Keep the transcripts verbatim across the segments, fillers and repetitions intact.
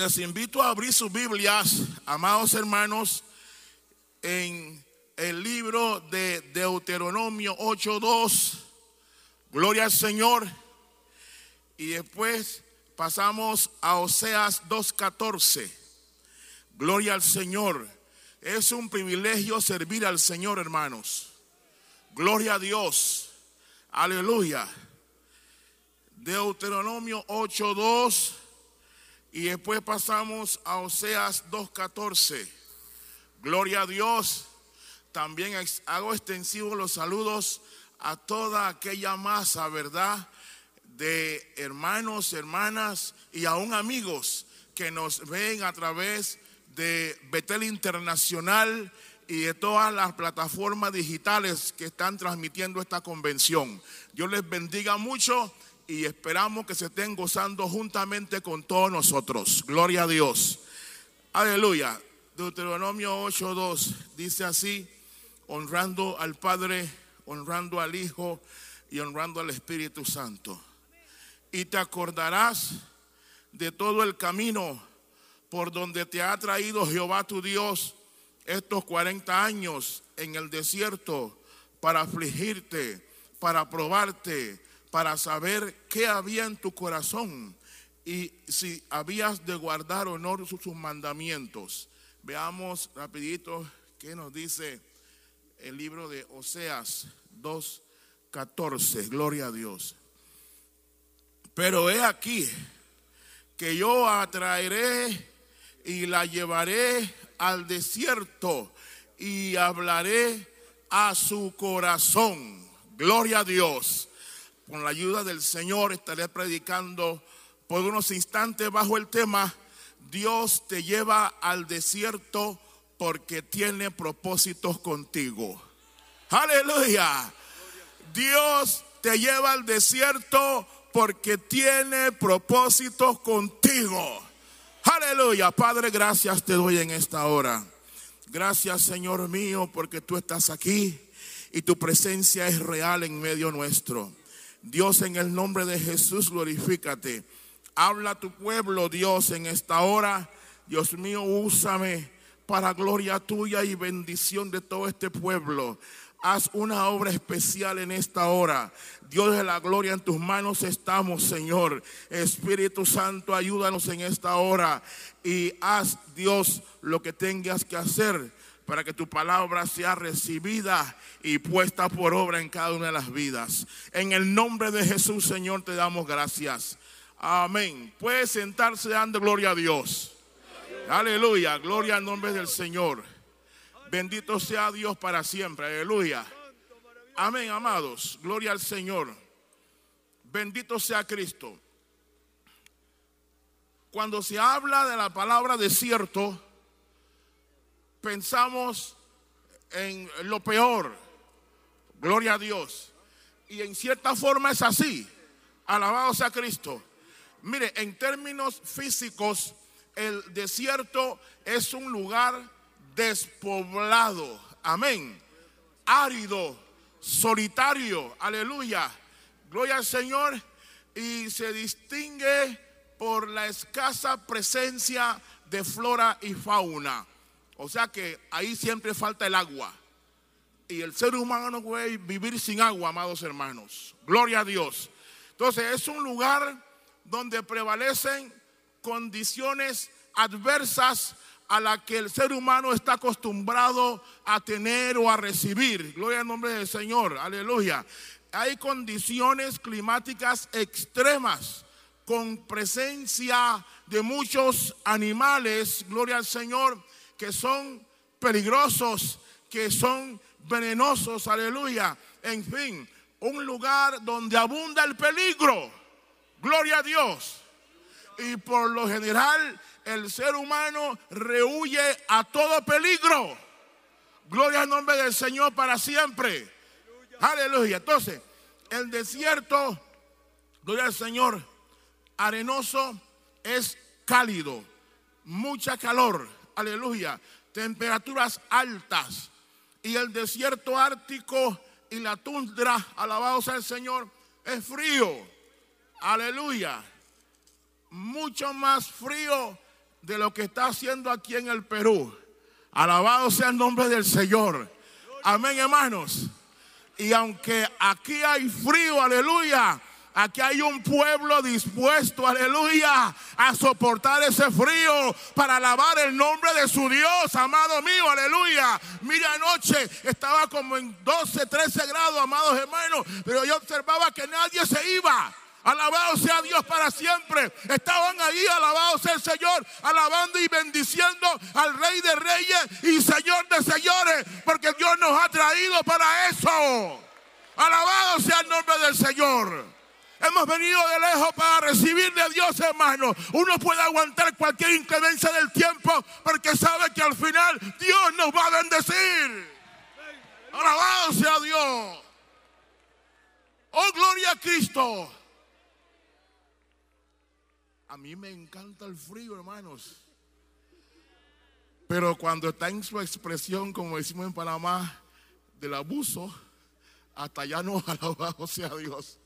Les invito a abrir sus Biblias, amados hermanos, en el libro de Deuteronomio ocho dos. Gloria al Señor. Y después pasamos a Oseas dos catorce. Gloria al Señor. Es un privilegio servir al Señor, hermanos. Gloria a Dios. Aleluya. Deuteronomio ocho dos. Y después pasamos a Oseas dos catorce. Gloria a Dios. También hago extensivos los saludos a toda aquella masa, ¿verdad?, de hermanos, hermanas y aún amigos que nos ven a través de Betel Internacional y de todas las plataformas digitales que están transmitiendo esta convención. Dios les bendiga mucho y esperamos que se estén gozando juntamente con todos nosotros. Gloria a Dios. Aleluya. Deuteronomio ocho dos dice así: honrando al Padre, honrando al Hijo y honrando al Espíritu Santo. Y te acordarás de todo el camino por donde te ha traído Jehová tu Dios estos cuarenta años en el desierto, para afligirte, para probarte, para saber qué había en tu corazón y si habías de guardar o no sus mandamientos. Veamos rapidito qué nos dice el libro de Oseas dos catorce. Gloria a Dios. Pero he aquí que yo atraeré y la llevaré al desierto y hablaré a su corazón. Gloria a Dios. Con la ayuda del Señor estaré predicando por unos instantes bajo el tema: Dios te lleva al desierto porque tiene propósitos contigo. Aleluya. Dios te lleva al desierto porque tiene propósitos contigo. Aleluya. Padre, gracias te doy en esta hora. Gracias, Señor mío, porque tú estás aquí y tu presencia es real en medio nuestro. Dios, en el nombre de Jesús, glorifícate. Habla a tu pueblo, Dios, en esta hora. Dios mío, úsame para gloria tuya y bendición de todo este pueblo. Haz una obra especial en esta hora. Dios de la gloria, en tus manos estamos, Señor. Espíritu Santo, ayúdanos en esta hora y haz, Dios, lo que tengas que hacer para que tu palabra sea recibida y puesta por obra en cada una de las vidas. En el nombre de Jesús, Señor, te damos gracias. Amén. Puede sentarse dando gloria a Dios. Aleluya. Gloria al nombre del Señor. Bendito sea Dios para siempre. Aleluya. Amén, amados. Gloria al Señor. Bendito sea Cristo. Cuando se habla de la palabra desierto, pensamos en lo peor. Gloria a Dios. Y en cierta forma es así. Alabado sea Cristo. Mire, en términos físicos, el desierto es un lugar despoblado. Amén. Árido, solitario. Aleluya. Gloria al Señor. Y se distingue por la escasa presencia de flora y fauna. O sea que ahí siempre falta el agua. Y el ser humano no puede vivir sin agua, amados hermanos. Gloria a Dios. Entonces es un lugar donde prevalecen condiciones adversas a las que el ser humano está acostumbrado a tener o a recibir. Gloria al nombre del Señor. Aleluya. Hay condiciones climáticas extremas, con presencia de muchos animales, gloria al Señor, que son peligrosos, que son venenosos, aleluya. En fin, un lugar donde abunda el peligro, gloria a Dios. Y por lo general el ser humano rehuye a todo peligro. Gloria al nombre del Señor para siempre. Aleluya. Entonces, el desierto, gloria al Señor, arenoso, es cálido, mucha calor, aleluya, temperaturas altas. Y el desierto ártico y la tundra, alabado sea el Señor, es frío, aleluya, mucho más frío de lo que está haciendo aquí en el Perú. Alabado sea el nombre del Señor. Amén, hermanos. Y aunque aquí hay frío, aleluya, aquí hay un pueblo dispuesto, aleluya, a soportar ese frío para alabar el nombre de su Dios, amado mío, aleluya. Mira, anoche estaba como en doce, trece grados, amados hermanos, pero yo observaba que nadie se iba. Alabado sea Dios para siempre. Estaban ahí, alabado sea el Señor, alabando y bendiciendo al Rey de Reyes y Señor de Señores, porque Dios nos ha traído para eso. Alabado sea el nombre del Señor. Hemos venido de lejos para recibir de Dios, hermano. Uno puede aguantar cualquier inclemencia del tiempo porque sabe que al final Dios nos va a bendecir. Alabado sea Dios. Oh, gloria a Cristo. A mí me encanta el frío, hermanos. Pero cuando está en su expresión, como decimos en Panamá, del abuso, hasta allá no, alabado sea Dios.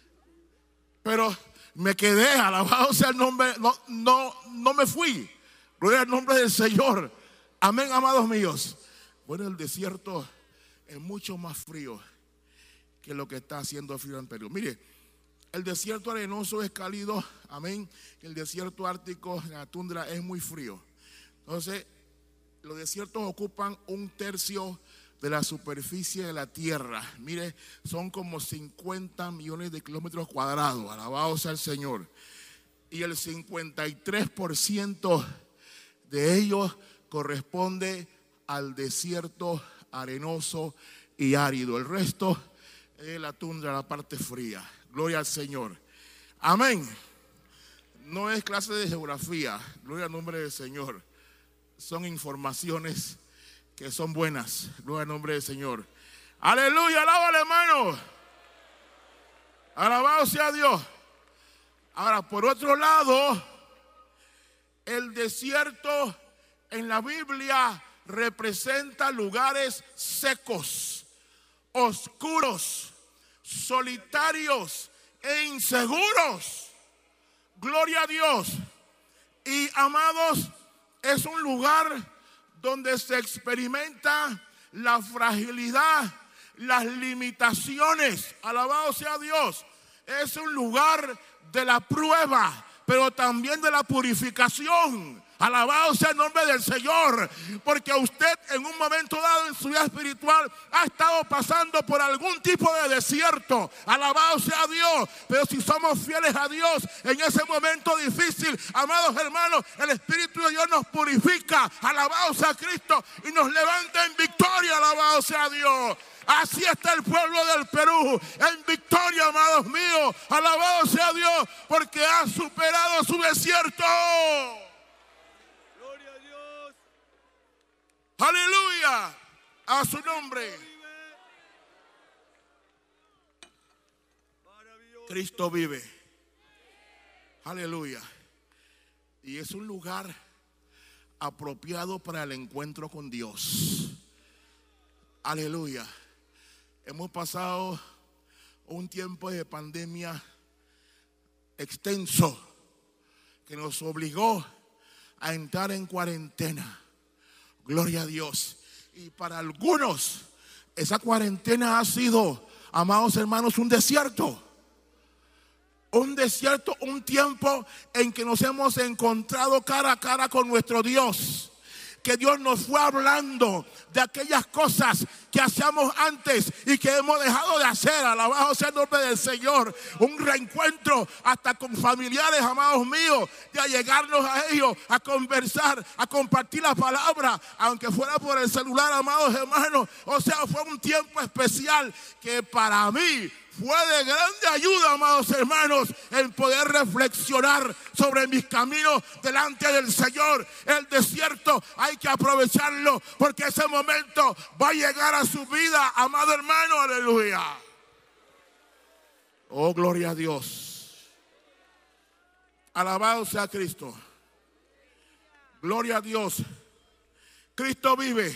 Pero me quedé, alabado sea el nombre, no, no, no me fui. Gloria al nombre del Señor. Amén, amados míos. Bueno, el desierto es mucho más frío que lo que está haciendo frío en Perú. Mire, el desierto arenoso es cálido, amén. El desierto ártico, la tundra, es muy frío. Entonces, los desiertos ocupan un tercio de la superficie de la tierra. Mire, son como cincuenta millones de kilómetros cuadrados. Alabado sea el Señor. Y el cincuenta y tres por ciento de ellos corresponde al desierto arenoso y árido. El resto es la tundra, la parte fría. Gloria al Señor. Amén. No es clase de geografía. Gloria al nombre del Señor. Son informaciones que son buenas. Gloria al nombre del Señor. Aleluya, alábale, hermano. Alabado sea Dios. Ahora, por otro lado, el desierto en la Biblia representa lugares secos, oscuros, solitarios e inseguros. Gloria a Dios. Y amados, es un lugar donde se experimenta la fragilidad, las limitaciones. Alabado sea Dios. Es un lugar de la prueba, pero también de la purificación. Alabado sea el nombre del Señor, porque usted en un momento dado en su vida espiritual ha estado pasando por algún tipo de desierto. Alabado sea Dios, pero si somos fieles a Dios en ese momento difícil, amados hermanos, el Espíritu de Dios nos purifica. Alabado sea Cristo y nos levanta en victoria. Alabado sea Dios. Así está el pueblo del Perú, en victoria, amados míos. Alabado sea Dios, porque ha superado su desierto. Gloria a Dios. Aleluya a su nombre. Cristo vive. Aleluya. Y es un lugar apropiado para el encuentro con Dios. Aleluya. Hemos pasado un tiempo de pandemia extenso que nos obligó a entrar en cuarentena. Gloria a Dios. Y para algunos esa cuarentena ha sido, amados hermanos, un desierto. Un desierto, un tiempo en que nos hemos encontrado cara a cara con nuestro Dios. Que Dios nos fue hablando de aquellas cosas que hacíamos antes y que hemos dejado de hacer. Alabado sea el nombre del Señor. Un reencuentro hasta con familiares, amados míos, de allegarnos a ellos, a conversar, a compartir la palabra, aunque fuera por el celular, amados hermanos. O sea, fue un tiempo especial que para mí fue de grande ayuda, amados hermanos, en poder reflexionar sobre mis caminos delante del Señor. El desierto hay que aprovecharlo, porque ese momento va a llegar a su vida, amado hermano. Aleluya. Oh, gloria a Dios. Alabado sea Cristo. Gloria a Dios. Cristo vive.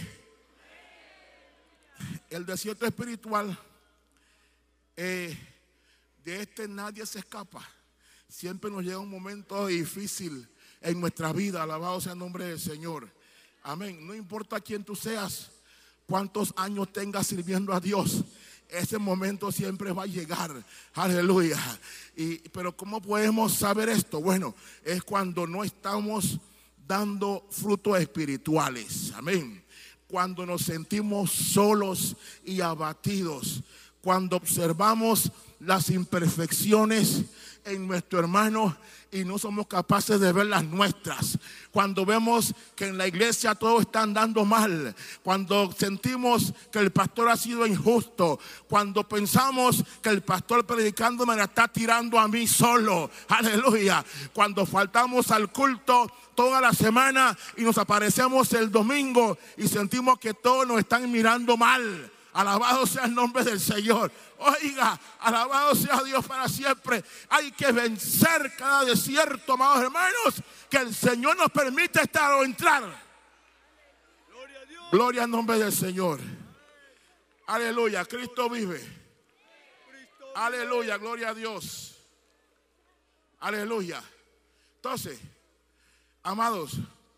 El desierto espiritual, Eh, de este nadie se escapa. Siempre nos llega un momento difícil en nuestra vida. Alabado sea el nombre del Señor. Amén. No importa quién tú seas, cuántos años tengas sirviendo a Dios, ese momento siempre va a llegar. Aleluya. Y, pero ¿cómo podemos saber esto? Bueno, es cuando no estamos dando frutos espirituales. Amén. Cuando nos sentimos solos y abatidos, cuando observamos las imperfecciones en nuestro hermano y no somos capaces de ver las nuestras, cuando vemos que en la iglesia todo está andando mal, cuando sentimos que el pastor ha sido injusto, cuando pensamos que el pastor predicando me la está tirando a mí solo, aleluya, cuando faltamos al culto toda la semana y nos aparecemos el domingo y sentimos que todos nos están mirando mal. Alabado sea el nombre del Señor. Oiga, alabado sea Dios para siempre. Hay que vencer cada desierto, amados hermanos, que el Señor nos permite estar o entrar. Gloria a Dios. Gloria al nombre del Señor. Aleluya, Cristo vive. Aleluya, gloria a Dios. Aleluya. Entonces, amados,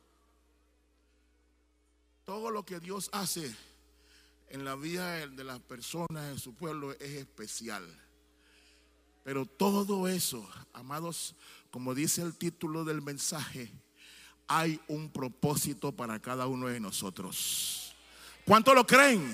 todo lo que Dios hace en la vida de las personas en su pueblo es especial. Pero todo eso, amados, como dice el título del mensaje, hay un propósito para cada uno de nosotros. ¿Cuánto lo creen?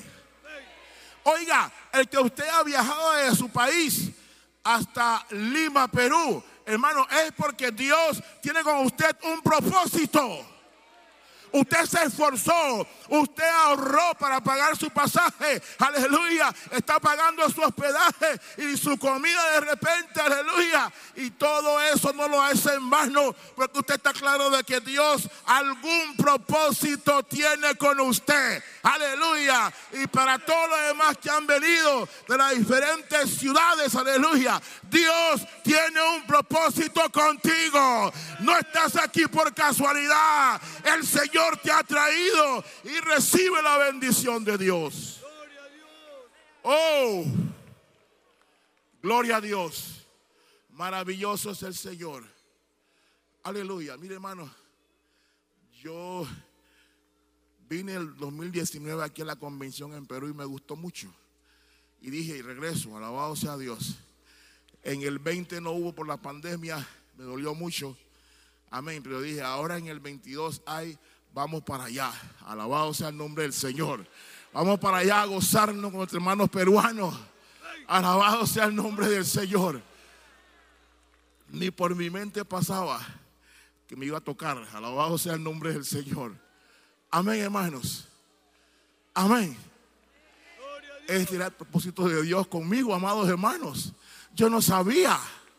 Oiga, el que usted ha viajado de su país hasta Lima, Perú, hermano, es porque Dios tiene con usted un propósito. Usted se esforzó, usted ahorró para pagar su pasaje, aleluya, está pagando su hospedaje y su comida de repente, aleluya, y todo eso no lo hace en vano, porque usted está claro de que Dios algún propósito tiene con usted, aleluya, y para todos los demás que han venido de las diferentes ciudades, aleluya, Dios tiene un propósito contigo, no estás aquí por casualidad, el Señor te ha traído y recibe la bendición de Dios. Oh, gloria a Dios. Maravilloso es el Señor. Aleluya. Mire, hermano, yo vine el dos mil diecinueve aquí a la convención en Perú y me gustó mucho. Y dije, y regreso, alabado sea Dios. En el veinte no hubo por la pandemia, me dolió mucho. Amén. Pero dije, ahora en el veintidós hay. Vamos para allá, alabado sea el nombre del Señor. Vamos para allá a gozarnos con nuestros hermanos peruanos. Alabado sea el nombre del Señor. Ni por mi mente pasaba que me iba a tocar. Alabado sea el nombre del Señor. Amén, hermanos. Amén. Este era el propósito de Dios conmigo, amados hermanos. Yo no sabía,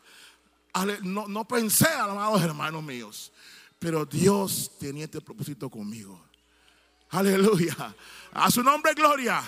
no, no pensé, amados hermanos míos. Pero Dios tenía este propósito conmigo. Aleluya. A su nombre, gloria.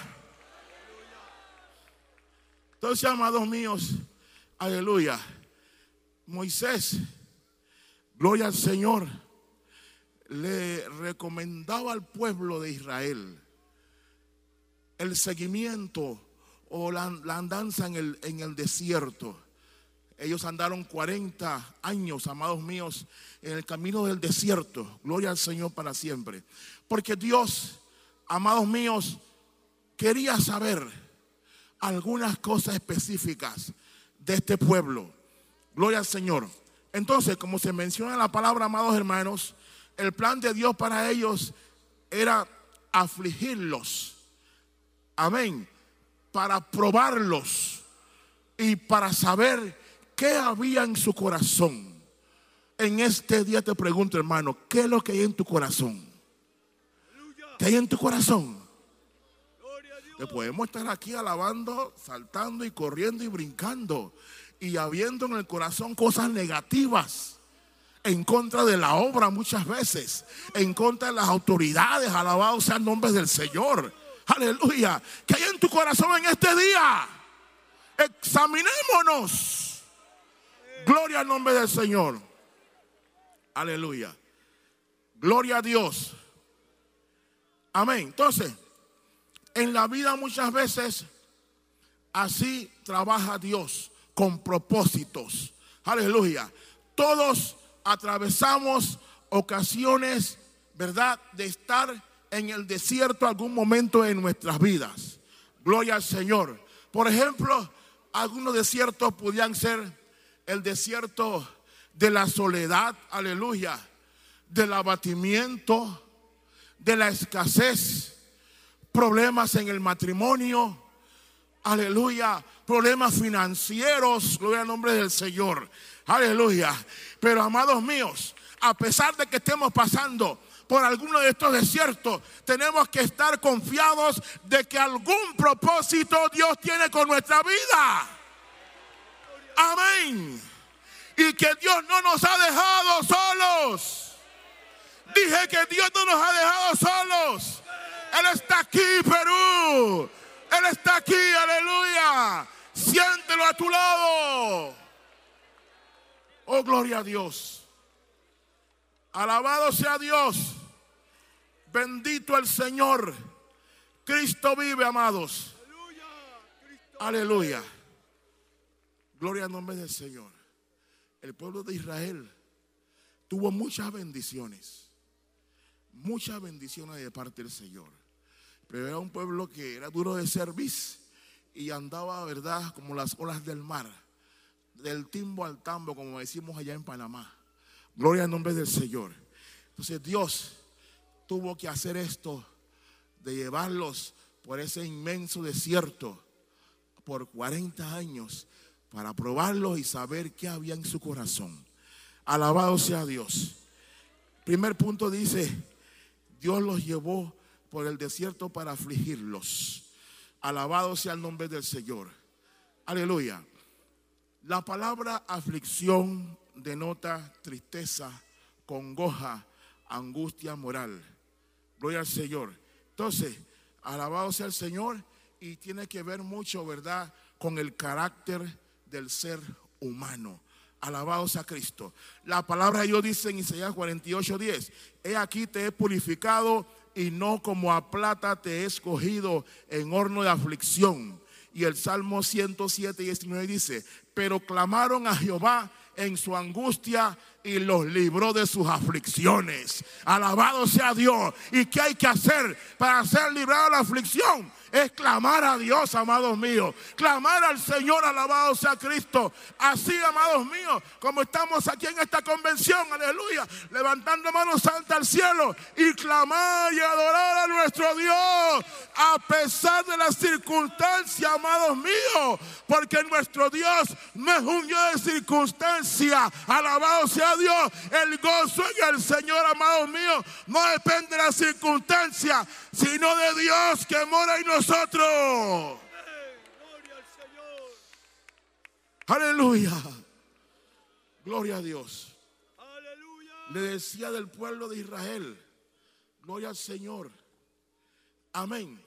Entonces, amados míos, aleluya. Moisés, gloria al Señor, le recomendaba al pueblo de Israel el seguimiento o la, la andanza en el, en el desierto. Ellos andaron cuarenta años, amados míos, en el camino del desierto. Gloria al Señor para siempre. Porque Dios, amados míos, quería saber algunas cosas específicas de este pueblo. Gloria al Señor. Entonces, como se menciona en la palabra, amados hermanos, el plan de Dios para ellos era afligirlos. Amén. Para probarlos y para saber ¿qué había en su corazón? En este día te pregunto, hermano, ¿qué es lo que hay en tu corazón? ¿Qué hay en tu corazón? Que podemos estar aquí alabando, saltando y corriendo y brincando y habiendo en el corazón cosas negativas en contra de la obra muchas veces, en contra de las autoridades, alabado sea el nombre del Señor. Aleluya. ¿Qué hay en tu corazón en este día? Examinémonos. Gloria al nombre del Señor. Aleluya. Gloria a Dios. Amén. Entonces, en la vida muchas veces así trabaja Dios, con propósitos. Aleluya. Todos atravesamos ocasiones, ¿verdad?, de estar en el desierto algún momento en nuestras vidas. Gloria al Señor. Por ejemplo, algunos desiertos podían ser el desierto de la soledad, aleluya, del abatimiento, de la escasez, problemas en el matrimonio, aleluya, problemas financieros, gloria al nombre del Señor, aleluya. Pero amados míos, a pesar de que estemos pasando por alguno de estos desiertos, tenemos que estar confiados de que algún propósito Dios tiene con nuestra vida. Amén. Y que Dios no nos ha dejado solos. Dije que Dios no nos ha dejado solos. Él está aquí, Perú. Él está aquí, aleluya. Siéntelo a tu lado. Oh, gloria a Dios. Alabado sea Dios. Bendito el Señor. Cristo vive, amados. Aleluya. Gloria al nombre del Señor. El pueblo de Israel tuvo muchas bendiciones. Muchas bendiciones de parte del Señor. Pero era un pueblo que era duro de cerviz y andaba, ¿verdad?, como las olas del mar, del timbo al tambo, como decimos allá en Panamá. Gloria al nombre del Señor. Entonces Dios tuvo que hacer esto de llevarlos por ese inmenso desierto por cuarenta años para probarlos y saber qué había en su corazón. Alabado sea Dios. Primer punto dice, Dios los llevó por el desierto para afligirlos. Alabado sea el nombre del Señor. Aleluya. La palabra aflicción denota tristeza, congoja, angustia moral. Gloria al Señor. Entonces, alabado sea el Señor, y tiene que ver mucho, ¿verdad?, con el carácter del ser humano. Alabado sea Cristo. La palabra de Dios dice en Isaías cuarenta y ocho, diez: he aquí te he purificado y no como a plata te he escogido en horno de aflicción. Y el Salmo ciento siete, diecinueve dice: pero clamaron a Jehová en su angustia y los libró de sus aflicciones. Alabado sea Dios. ¿Y qué hay que hacer para ser librado de la aflicción? Es clamar a Dios, amados míos. Clamar al Señor, alabado sea Cristo. Así, amados míos, como estamos aquí en esta convención, aleluya, levantando manos santas al cielo y clamar y adorar a nuestro Dios a pesar de las circunstancias, amados míos, porque nuestro Dios no es un Dios de circunstancias. Alabado sea Dios. El gozo en el Señor, amados míos, no depende de las circunstancias, sino de Dios que mora en nosotros. Nosotros. Gloria al Señor. Aleluya. Gloria a Dios. Aleluya. Le decía del pueblo de Israel, gloria al Señor. Amén.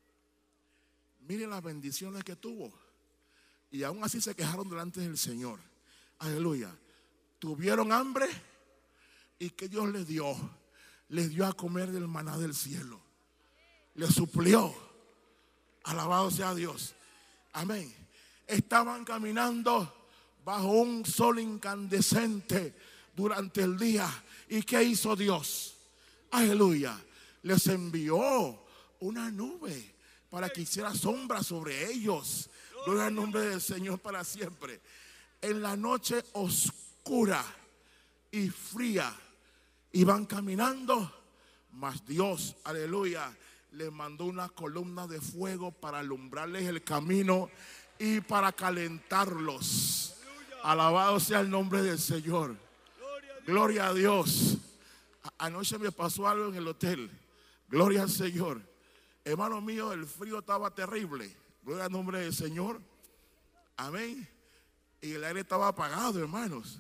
Miren las bendiciones que tuvo. Y aún así se quejaron delante del Señor. Aleluya. Tuvieron hambre y que Dios les dio. Les dio a comer del maná del cielo. Les suplió. Alabado sea Dios. Amén. Estaban caminando bajo un sol incandescente durante el día. ¿Y qué hizo Dios? Aleluya. Les envió una nube para que hiciera sombra sobre ellos. Gloria al nombre del Señor para siempre. En la noche oscura y fría iban caminando, mas Dios, aleluya, les mandó una columna de fuego para alumbrarles el camino y para calentarlos. Alabado sea el nombre del Señor. Gloria a Dios. Anoche me pasó algo en el hotel. Gloria al Señor. Hermano mío, el frío estaba terrible. Gloria al nombre del Señor. Amén. Y el aire estaba apagado, hermanos.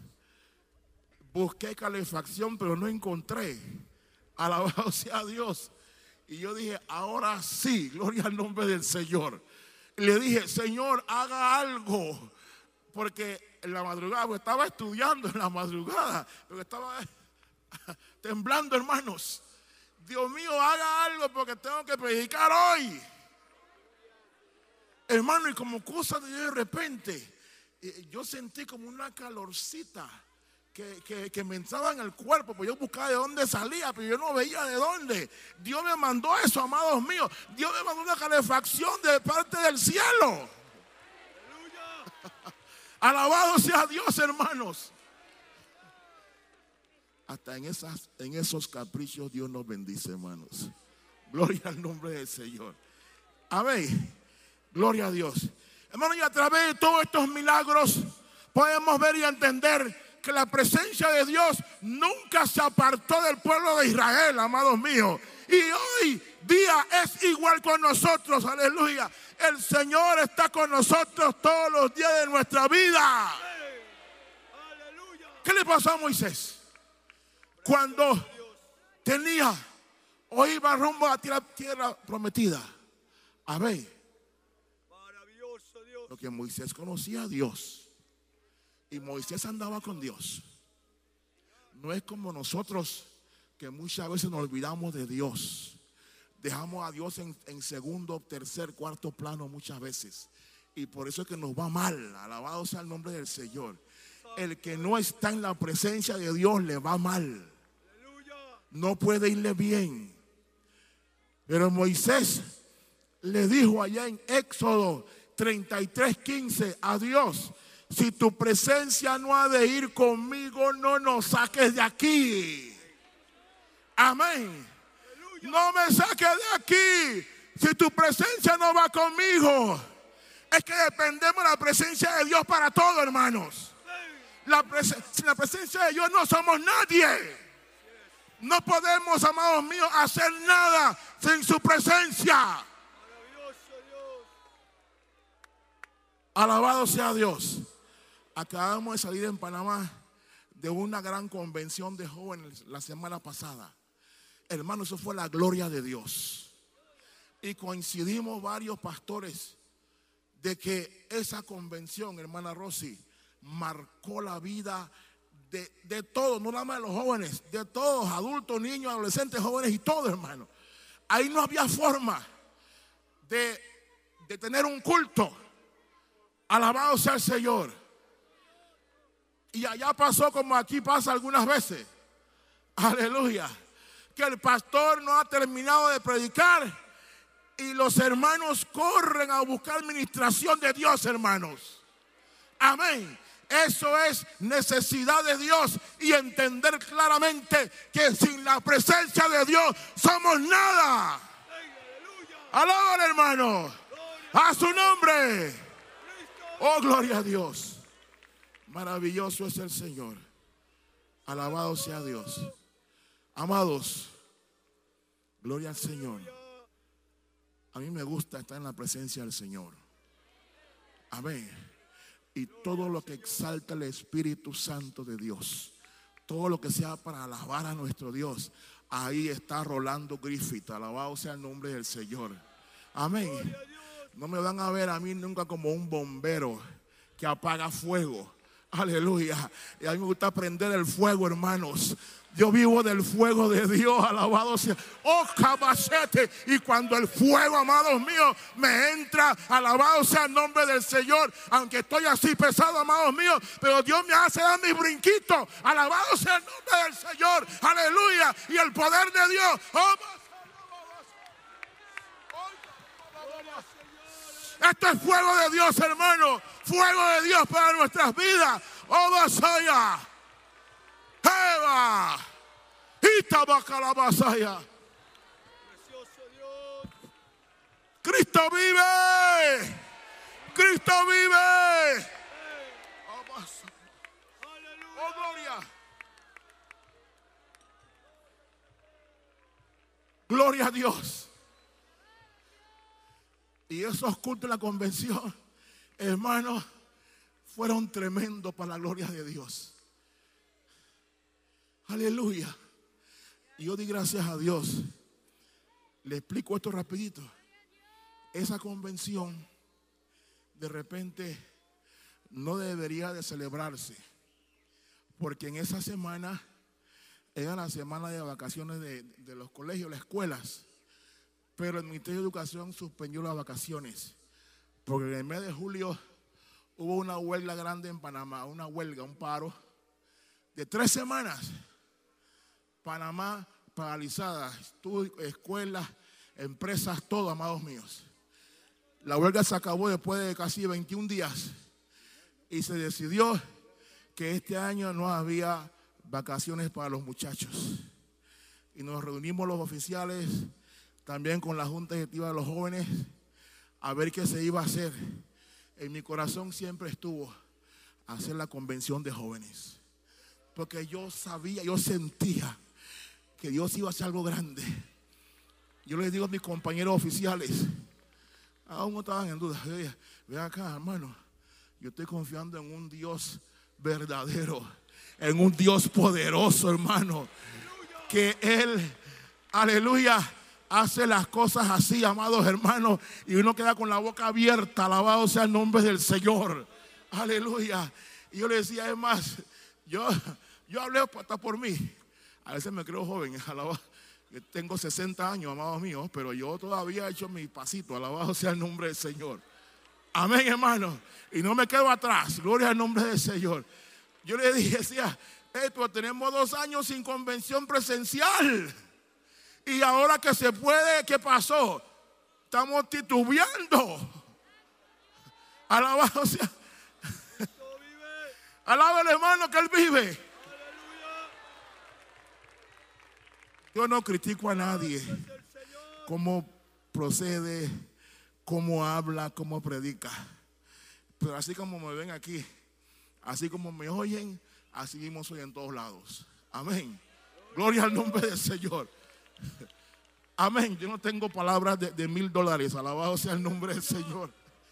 Busqué calefacción, pero no encontré. Alabado sea Dios. Y yo dije, ahora sí, gloria al nombre del Señor. Y le dije, Señor, haga algo. Porque en la madrugada, pues estaba estudiando en la madrugada, porque estaba temblando, hermanos. Dios mío, haga algo porque tengo que predicar hoy. Hermano, y como cosa de de repente, yo sentí como una calorcita que, que, que me entraba en el cuerpo, pues yo buscaba de dónde salía, pero yo no veía de dónde. Dios me mandó eso, amados míos. Dios me mandó una calefacción de parte del cielo. Alabado sea Dios, hermanos. Hasta en, esas, en esos caprichos Dios nos bendice, hermanos. Gloria al nombre del Señor. Amén. Gloria a Dios. Hermanos, y a través de todos estos milagros podemos ver y entender que la presencia de Dios nunca se apartó del pueblo de Israel, amados míos. Y hoy día es igual con nosotros, aleluya. El Señor está con nosotros todos los días de nuestra vida. ¿Qué le pasó a Moisés? Cuando tenía o iba rumbo a la tierra prometida. A ver, lo que Moisés conocía a Dios y Moisés andaba con Dios. No es como nosotros que muchas veces nos olvidamos de Dios. Dejamos a Dios en, en segundo, tercer, cuarto plano muchas veces. Y por eso es que nos va mal. Alabado sea el nombre del Señor. El que no está en la presencia de Dios le va mal. No puede irle bien. Pero Moisés le dijo allá en Éxodo treinta y tres, quince a Dios: si tu presencia no ha de ir conmigo, no nos saques de aquí. Amén. No me saques de aquí. Si tu presencia no va conmigo. Es que dependemos de la presencia de Dios para todo, hermanos. La sin la presencia de Dios no somos nadie. No podemos, amados míos, hacer nada sin su presencia. Alabado sea Dios. Acabamos de salir en Panamá de una gran convención de jóvenes la semana pasada. Hermano, eso fue la gloria de Dios. Y coincidimos varios pastores de que esa convención, hermana Rosy, marcó la vida de, de todos, no nada más de los jóvenes, de todos, adultos, niños, adolescentes, jóvenes y todos, hermano. Ahí no había forma de, de tener un culto. Alabado sea el Señor. Y allá pasó como aquí pasa algunas veces. Aleluya. Que el pastor no ha terminado de predicar y los hermanos corren a buscar administración de Dios, hermanos. Amén. Eso es necesidad de Dios y entender claramente que sin la presencia de Dios somos nada. Alaba, hermano, a su nombre. Oh, gloria a Dios. Maravilloso es el Señor. Alabado sea Dios. Amados, gloria al Señor. A mí me gusta estar en la presencia del Señor. Amén. Y todo lo que exalta el Espíritu Santo de Dios, todo lo que sea para alabar a nuestro Dios, ahí está Rolando Griffith. Alabado sea el nombre del Señor. Amén. No me van a ver a mí nunca como un bombero que apaga fuego. Aleluya. Y a mí me gusta prender el fuego, hermanos. Yo vivo del fuego de Dios, alabado sea. Oh, cabacete. Y cuando el fuego, amados míos, me entra, alabado sea el nombre del Señor. Aunque estoy así pesado, amados míos, pero Dios me hace dar mis brinquitos. Alabado sea el nombre del Señor. Aleluya. Y el poder de Dios. Oh, esto es fuego de Dios, hermano. Fuego de Dios para nuestras vidas. Oh, Basaya. Eva. Itabacalabasaya. Cristo vive. Cristo vive. Oh, gloria. Gloria a Dios. Y esos cultos en la convención, hermanos, fueron tremendos para la gloria de Dios. Aleluya. Y yo di gracias a Dios. Le explico esto rapidito. Esa convención de repente no debería de celebrarse, porque en esa semana era la semana de vacaciones de, de los colegios, las escuelas. Pero el Ministerio de Educación suspendió las vacaciones, porque en el mes de julio hubo una huelga grande en Panamá, una huelga, un paro de tres semanas, Panamá paralizada, escuelas, empresas, todo, amados míos. La huelga se acabó después de casi veintiún días y se decidió que este año no había vacaciones para los muchachos. Y nos reunimos los oficiales también con la Junta Ejecutiva de los Jóvenes a ver qué se iba a hacer. En mi corazón siempre estuvo hacer la convención de jóvenes, porque yo sabía, yo sentía que Dios iba a hacer algo grande. Yo les digo a mis compañeros oficiales, aún no estaban en duda, ve acá, hermano, yo estoy confiando en un Dios verdadero, en un Dios poderoso, hermano, que Él, aleluya, hace las cosas así, amados hermanos, y uno queda con la boca abierta. Alabado sea el nombre del Señor, aleluya. Y yo le decía, es más, yo, yo hablé hasta por mí. A veces me creo joven, alabado. Yo tengo sesenta años, amados míos, pero yo todavía he hecho mi pasito. Alabado sea el nombre del Señor. Amén, hermano. Y no me quedo atrás. Gloria al nombre del Señor. Yo le dije, decía, esto, tenemos dos años sin convención presencial. Y ahora que se puede, ¿qué pasó? Estamos titubeando. Alabado sea. Alaba al hermano que Él vive. Yo no critico a nadie. Cómo procede, cómo habla, cómo predica. Pero así como me ven aquí, así como me oyen, así mismo soy en todos lados. Amén. Gloria al nombre del Señor. Amén. Yo no tengo palabras de, de mil dólares. Alabado sea el nombre del Señor.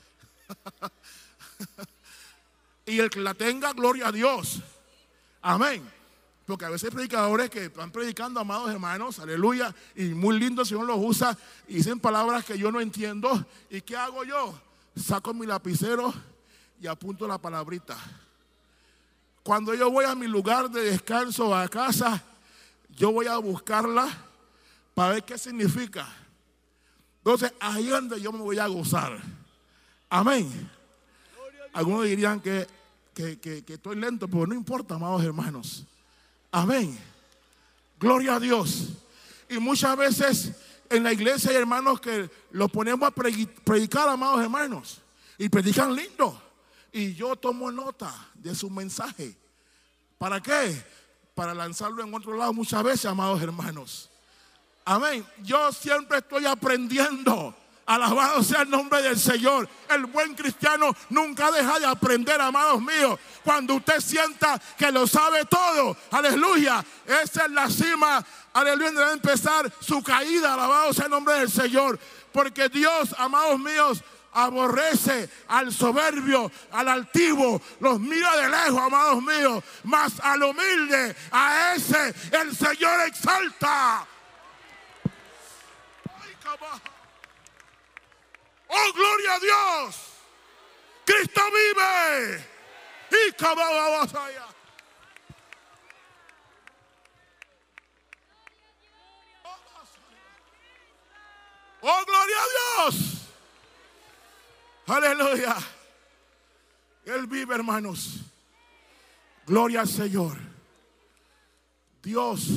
Y el que la tenga, gloria a Dios. Amén. Porque a veces hay predicadores que están predicando, amados hermanos, aleluya, y muy lindo el Señor los usa, y dicen palabras que yo no entiendo. ¿Y qué hago yo? Saco mi lapicero y apunto la palabrita. Cuando yo voy a mi lugar de descanso, a casa, yo voy a buscarla para ver qué significa. Entonces ahí es donde yo me voy a gozar. Amén. Algunos dirían que, que, que, que estoy lento, pero no importa, amados hermanos. Amén. Gloria a Dios. Y muchas veces en la iglesia hay hermanos que los ponemos a predicar, amados hermanos, y predican lindo. Y yo tomo nota de su mensaje. ¿Para qué? Para lanzarlo en otro lado muchas veces, amados hermanos. Amén. Yo siempre estoy aprendiendo. Alabado sea el nombre del Señor. El buen cristiano nunca deja de aprender, amados míos. Cuando usted sienta que lo sabe todo, aleluya, esa es la cima, aleluya, debe empezar su caída. Alabado sea el nombre del Señor. Porque Dios, amados míos, aborrece al soberbio, al altivo, los mira de lejos, amados míos, mas al humilde, a ese el Señor exalta. Ay, cabrón. ¡Oh, gloria a Dios! ¡Cristo vive! ¡Y cababas allá! ¡Oh, gloria a Dios! ¡Aleluya! Él vive, hermanos. Gloria al Señor. Dios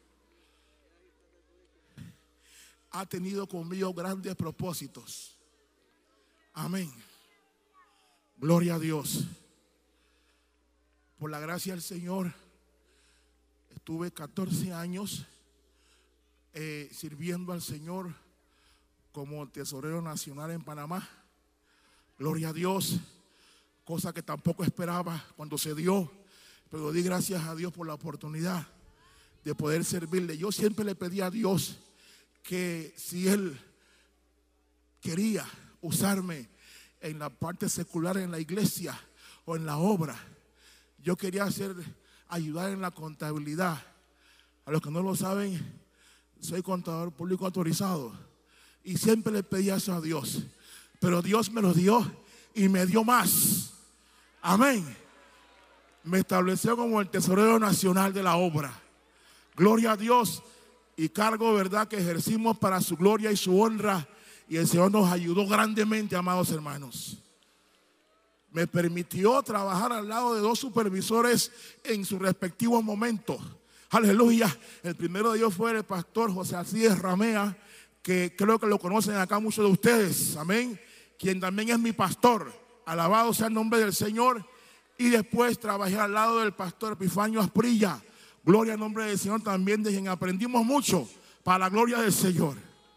ha tenido conmigo grandes propósitos. Amén. Gloria a Dios. Por la gracia del Señor, estuve catorce años eh, sirviendo al Señor como tesorero nacional en Panamá. Gloria a Dios. Cosa que tampoco esperaba cuando se dio. Pero di gracias a Dios por la oportunidad de poder servirle. Yo siempre le pedí a Dios que si Él quería usarme en la parte secular en la iglesia o en la obra, yo quería hacer, ayudar en la contabilidad. A los que no lo saben, soy contador público autorizado y siempre le pedía eso a Dios, pero Dios me lo dio y me dio más. Amén. Me estableció como el tesorero nacional de la obra. Gloria a Dios. Y cargo, verdad, que ejercimos para su gloria y su honra. Y el Señor nos ayudó grandemente, amados hermanos. me permitió trabajar al lado de dos supervisores en sus respectivos momentos. Aleluya. El primero de ellos fue el pastor José Alcides Ramea, que creo que lo conocen acá muchos de ustedes. Amén. Quien también es mi pastor. Alabado sea el nombre del Señor. Y después trabajé al lado del pastor Epifanio Asprilla. Gloria al nombre del Señor también, de quien aprendimos mucho para la gloria del Señor.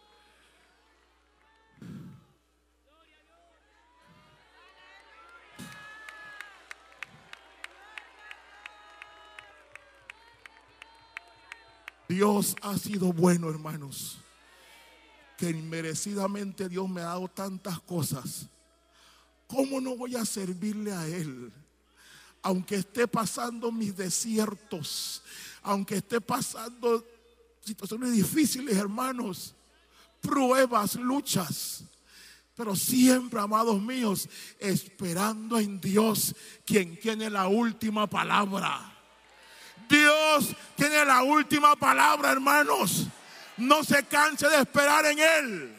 Dios ha sido bueno, hermanos, que inmerecidamente Dios me ha dado tantas cosas. ¿Cómo no voy a servirle a Él? Aunque esté pasando mis desiertos, aunque esté pasando situaciones difíciles, hermanos, pruebas, luchas, pero siempre, amados míos, esperando en Dios, quien tiene la última palabra. Dios tiene la última palabra, hermanos. No se canse de esperar en Él.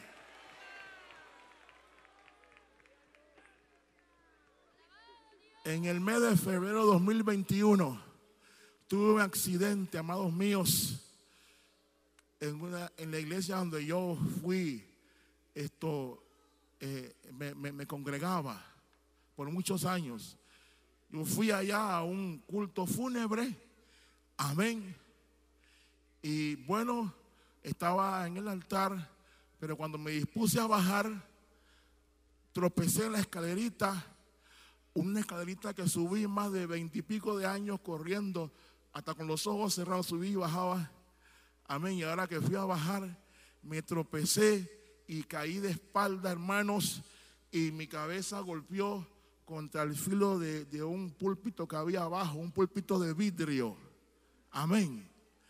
En el mes de febrero de dos mil veintiuno tuve un accidente, amados míos, en, una, en la iglesia donde yo fui, esto, eh, me, me, me congregaba por muchos años. Yo fui allá a un culto fúnebre. Amén. Y bueno, estaba en el altar, pero cuando me dispuse a bajar, tropecé en la escalerita, una escalerita que subí más de veintipico de años corriendo, hasta con los ojos cerrados subí y bajaba. Amén. Y ahora que fui a bajar, me tropecé y caí de espalda, hermanos, y mi cabeza golpeó contra el filo de, de un púlpito que había abajo, un púlpito de vidrio. Amén.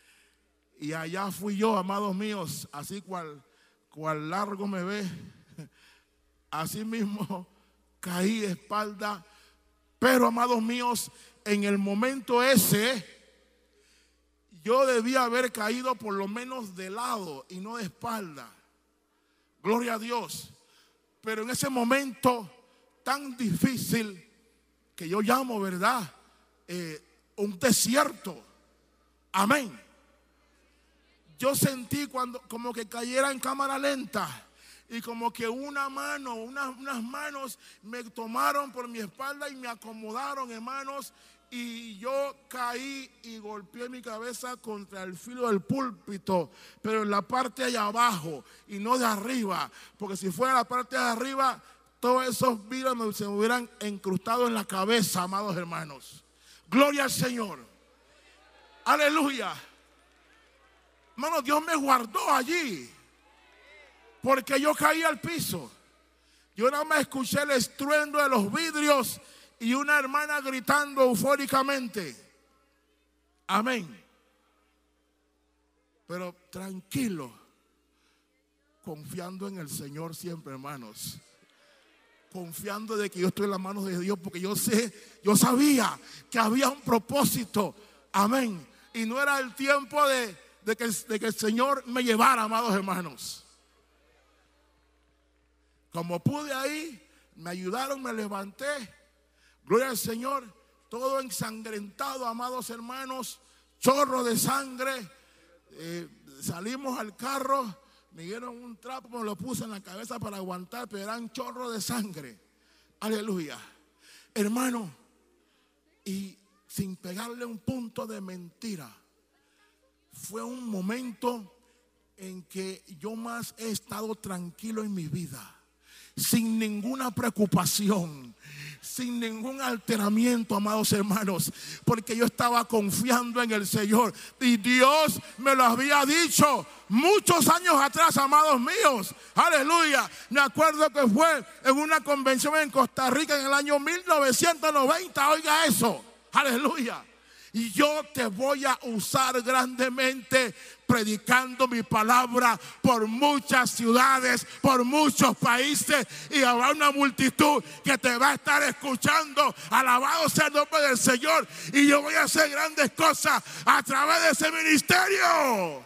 Y allá fui yo, amados míos, así cual, cual largo me ve, así mismo caí de espalda. Pero, amados míos, en el momento ese, yo debía haber caído por lo menos de lado y no de espalda. Gloria a Dios. Pero en ese momento tan difícil, que yo llamo, ¿verdad? Eh, un desierto. Amén. Yo sentí cuando como que cayera en cámara lenta y como que una mano, una, unas manos me tomaron por mi espalda y me acomodaron, hermanos, y yo caí y golpeé mi cabeza contra el filo del púlpito, pero en la parte de allá abajo y no de arriba, porque si fuera la parte de arriba, todos esos vidrios se me hubieran incrustado en la cabeza, amados hermanos. Gloria al Señor. Aleluya. Hermano, Dios me guardó allí, porque yo caí al piso. Yo nada más escuché el estruendo de los vidrios y una hermana gritando eufóricamente. Amén. Pero tranquilo, confiando en el Señor siempre, hermanos. Confiando de que yo estoy en las manos de Dios, porque yo sé, yo sabía que había un propósito. Amén. Y no era el tiempo de, de, que, de que el Señor me llevara, amados hermanos. Como pude ahí, me ayudaron, me levanté. Gloria al Señor. Todo ensangrentado, amados hermanos. Chorro de sangre. Eh, salimos al carro. Me dieron un trapo, me lo puse en la cabeza para aguantar, pero eran chorros de sangre. Aleluya. Hermano, y sin pegarle un punto de mentira, fue un momento en que yo más he estado tranquilo en mi vida, sin ninguna preocupación, sin ningún alteramiento, amados hermanos, porque yo estaba confiando en el Señor y Dios me lo había dicho muchos años atrás, amados míos. Aleluya. Me acuerdo que fue en una convención en Costa Rica en el año mil novecientos noventa. Oiga eso. Aleluya. Y yo te voy a usar grandemente predicando mi palabra por muchas ciudades, por muchos países, y habrá una multitud que te va a estar escuchando. Alabado sea el nombre del Señor. Y yo voy a hacer grandes cosas a través de ese ministerio.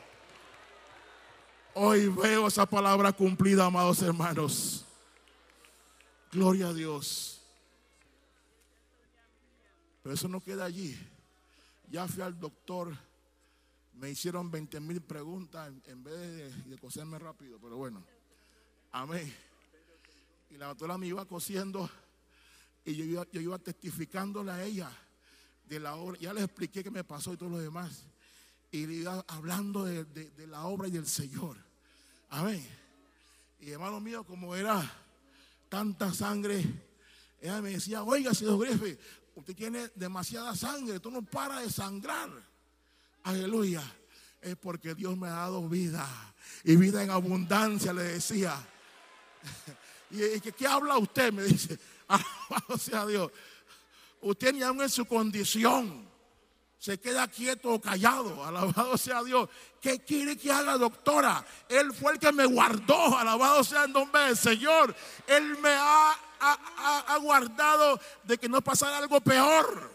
Hoy veo esa palabra cumplida, amados hermanos. Gloria a Dios. Pero eso no queda allí. Ya fui al doctor, me hicieron veinte mil preguntas en, en vez de, de coserme rápido, pero bueno, amén. Y la doctora me iba cosiendo y yo iba, yo iba testificándole a ella de la obra. Ya les expliqué qué me pasó y todo lo demás. Y le iba hablando de, de, de la obra y del Señor. Amén. Y hermano mío, como era tanta sangre, ella me decía: oiga, señor Griffith, usted tiene demasiada sangre, tú no paras de sangrar. Aleluya. Es porque Dios me ha dado vida, y vida en abundancia, le decía. Y, y que, ¿qué habla usted? Me dice. Alabado sea Dios. Usted ni aún en su condición se queda quieto o callado. Alabado sea Dios. ¿Qué quiere que haga, doctora? Él fue el que me guardó. Alabado sea el nombre del Señor. Él me ha, ha, ha, ha guardado de que no pasara algo peor.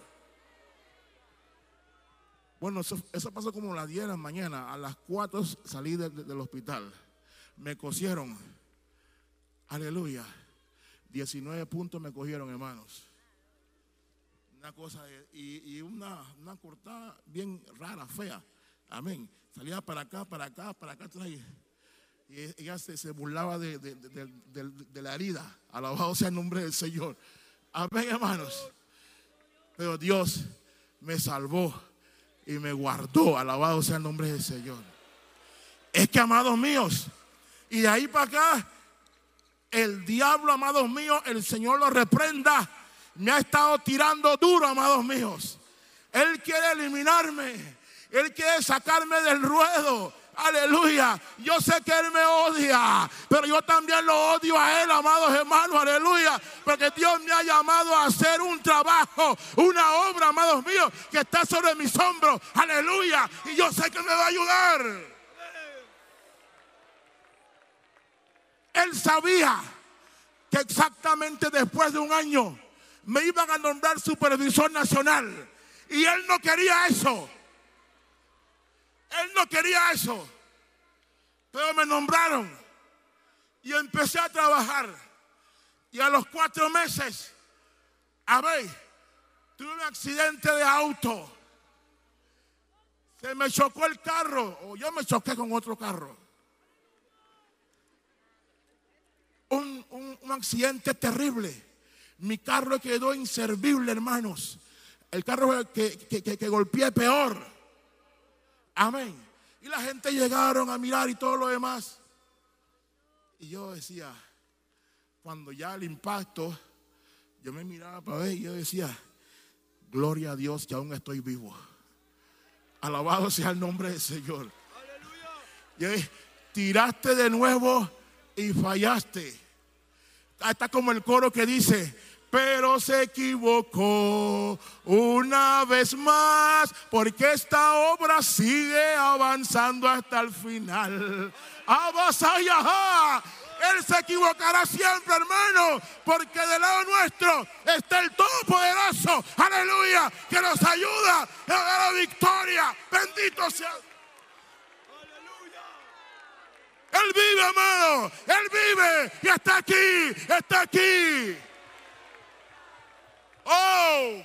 Bueno, eso, eso pasó como a las diez de la mañana. A las cuatro salí de, de, del hospital. Me cosieron. Aleluya. diecinueve puntos me cogieron, hermanos. Una cosa, y, y una, una cortada bien rara, fea. Amén. Salía para acá, para acá, para acá. Y ella se, se burlaba de, de, de, de, de la herida. Alabado sea el nombre del Señor. Amén, hermanos. Pero Dios me salvó y me guardó. Alabado sea el nombre del Señor. Es que, amados míos, y de ahí para acá, el diablo, amados míos, el Señor lo reprenda, me ha estado tirando duro, amados míos. Él quiere eliminarme. Él quiere sacarme del ruedo. Aleluya. Yo sé que Él me odia, pero yo también lo odio a Él, amados hermanos. Aleluya. Porque Dios me ha llamado a hacer un trabajo, una obra, amados míos, que está sobre mis hombros. Aleluya. Y yo sé que me va a ayudar. Él sabía que exactamente después de un año me iban a nombrar supervisor nacional. Y Él no quería eso. Él no quería eso. Pero me nombraron. Y empecé a trabajar. Y a los cuatro meses, a ver, tuve un accidente de auto. Se me chocó el carro. O yo me choqué con otro carro. Un, un, un accidente terrible. Mi carro quedó inservible, hermanos. El carro que, que, que, que golpeé peor. Amén. Y la gente llegaron a mirar y todo lo demás. Y yo decía, cuando ya el impacto, yo me miraba para ver y yo decía: gloria a Dios que aún estoy vivo. Alabado sea el nombre del Señor. Aleluya. Y tiraste de nuevo y fallaste. Está como el coro que dice: pero se equivocó una vez más, porque esta obra sigue avanzando hasta el final. Abasayajá. Él se equivocará siempre, hermano, porque del lado nuestro está el Todopoderoso, aleluya, que nos ayuda a dar la victoria. Bendito sea. Él vive, amado. Él vive y está aquí, está aquí. Oh,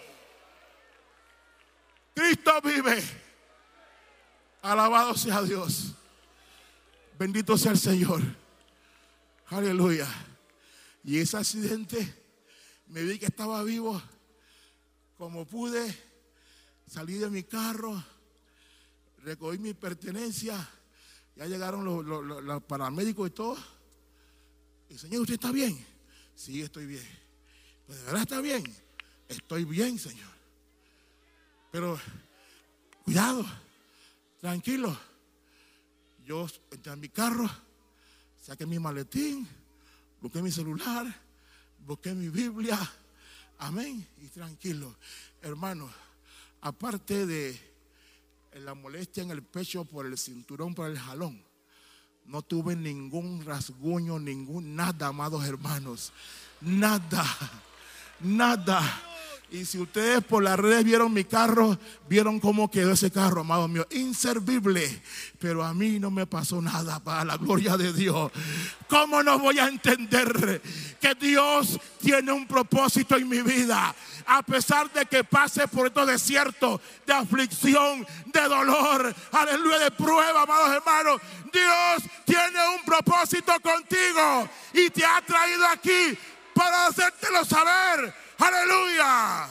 Cristo vive. Alabado sea Dios. Bendito sea el Señor. Aleluya. Y ese accidente, me vi que estaba vivo. Como pude, salí de mi carro, recogí mi pertenencia. Ya llegaron los, los, los, los paramédicos y todo. Y Señor, ¿usted está bien? Sí, estoy bien. Pues de verdad está bien. Estoy bien, Señor. Pero cuidado, tranquilo. Yo entré en mi carro, saqué mi maletín, busqué mi celular, busqué mi Biblia. Amén. Y tranquilo. Hermano, aparte de la molestia en el pecho por el cinturón, por el jalón, no tuve ningún rasguño, ningún nada, amados hermanos. Nada, nada. Y si ustedes por las redes vieron mi carro, vieron cómo quedó ese carro, amado mío, inservible. Pero a mí no me pasó nada, para la gloria de Dios. ¿Cómo no voy a entender que Dios tiene un propósito en mi vida? A pesar de que pase por estos desiertos de aflicción, de dolor, aleluya, de prueba, amados hermanos, Dios tiene un propósito contigo y te ha traído aquí para hacértelo saber. Aleluya.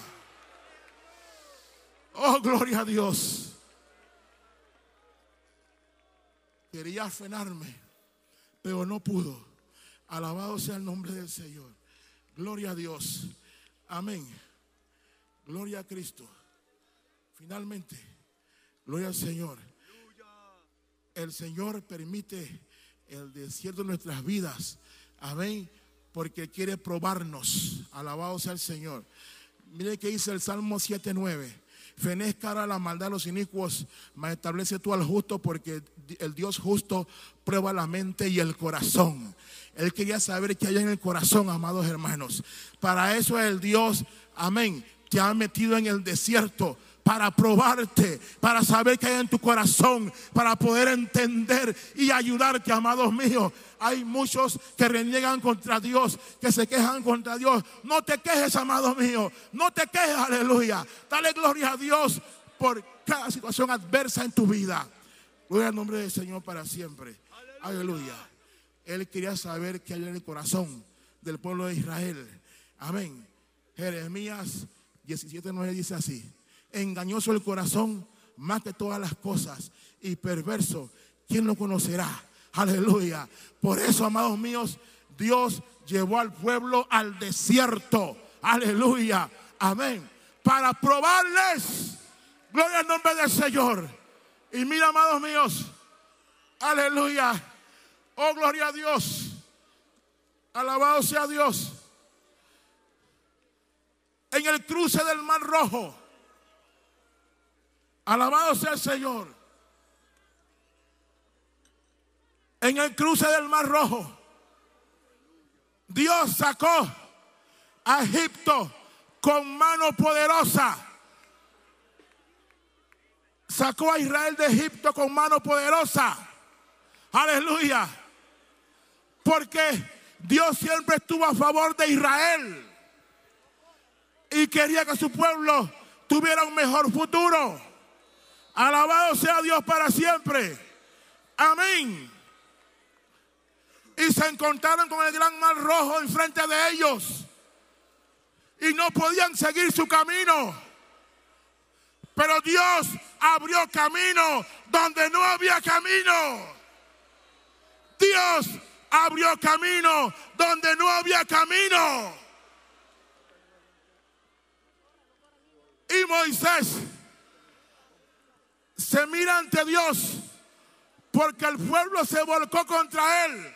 Oh, gloria a Dios. Quería frenarme, pero no pudo. Alabado sea el nombre del Señor. Gloria a Dios. Amén. Gloria a Cristo. Finalmente, gloria al Señor. El Señor permite el desierto de nuestras vidas. Amén. Porque quiere probarnos. Alabado sea el Señor. Mire que dice el Salmo siete nueve. Fenezca ahora la maldad de los inicuos, mas establece tú al justo, porque el Dios justo prueba la mente y el corazón. Él quería saber qué hay en el corazón, amados hermanos. Para eso el Dios, amén, te ha metido en el desierto, para probarte, para saber qué hay en tu corazón, para poder entender y ayudarte, amados míos. Hay muchos que reniegan contra Dios, que se quejan contra Dios. No te quejes, amados míos, no te quejes, aleluya. Dale gloria a Dios por cada situación adversa en tu vida. Gloria al nombre del Señor para siempre. Aleluya. Él quería saber qué hay en el corazón del pueblo de Israel. Amén. Jeremías diecisiete nueve dice así: engañoso el corazón más que todas las cosas, y perverso, ¿quién lo conocerá? Aleluya. Por eso, amados míos, Dios llevó al pueblo al desierto. Aleluya. Amén. Para probarles. Gloria al nombre del Señor. Y mira, amados míos, aleluya. Oh, gloria a Dios. Alabado sea Dios. En el cruce del Mar Rojo, alabado sea el Señor. En el cruce del Mar Rojo, Dios sacó a Egipto con mano poderosa. Sacó a Israel de Egipto con mano poderosa. Aleluya. Porque Dios siempre estuvo a favor de Israel y quería que su pueblo tuviera un mejor futuro. Alabado sea Dios para siempre. Amén. Y se encontraron con el gran Mar Rojo enfrente de ellos y no podían seguir su camino. Pero Dios abrió camino donde no había camino. Dios abrió camino donde no había camino. Y Moisés se mira ante Dios porque el pueblo se volcó contra él.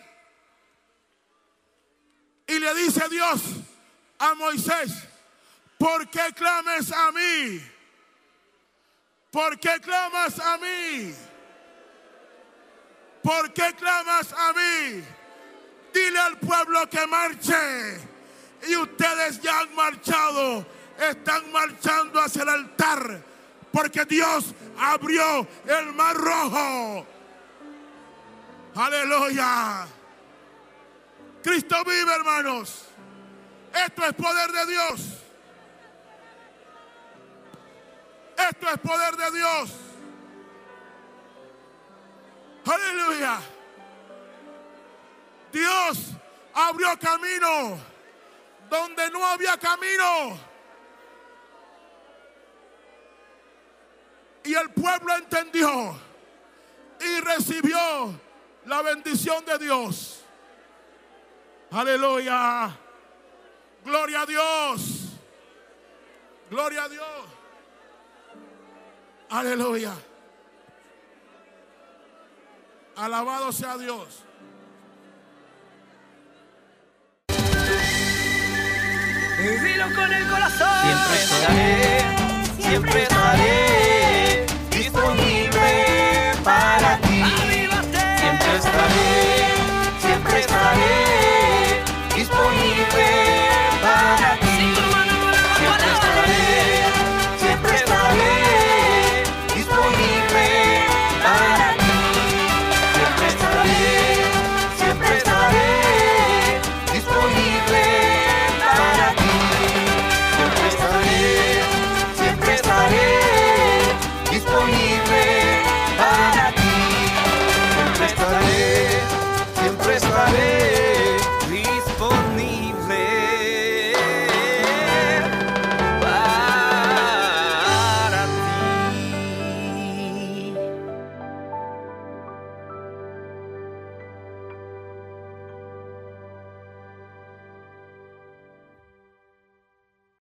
Y le dice Dios a Moisés: ¿por qué clamas a mí? ¿Por qué clamas a mí? ¿Por qué clamas a mí? Dile al pueblo que marche. Y ustedes ya han marchado. Están marchando hacia el altar, porque Dios abrió el Mar Rojo. Aleluya. Cristo vive, hermanos. Esto es poder de Dios. Esto es poder de Dios. Aleluya. Dios abrió camino donde no había camino. Y el pueblo entendió y recibió la bendición de Dios. Aleluya. Gloria a Dios. Gloria a Dios. Aleluya. Alabado sea Dios. Dilo con el corazón. Siempre estaré, siempre estaré disponible.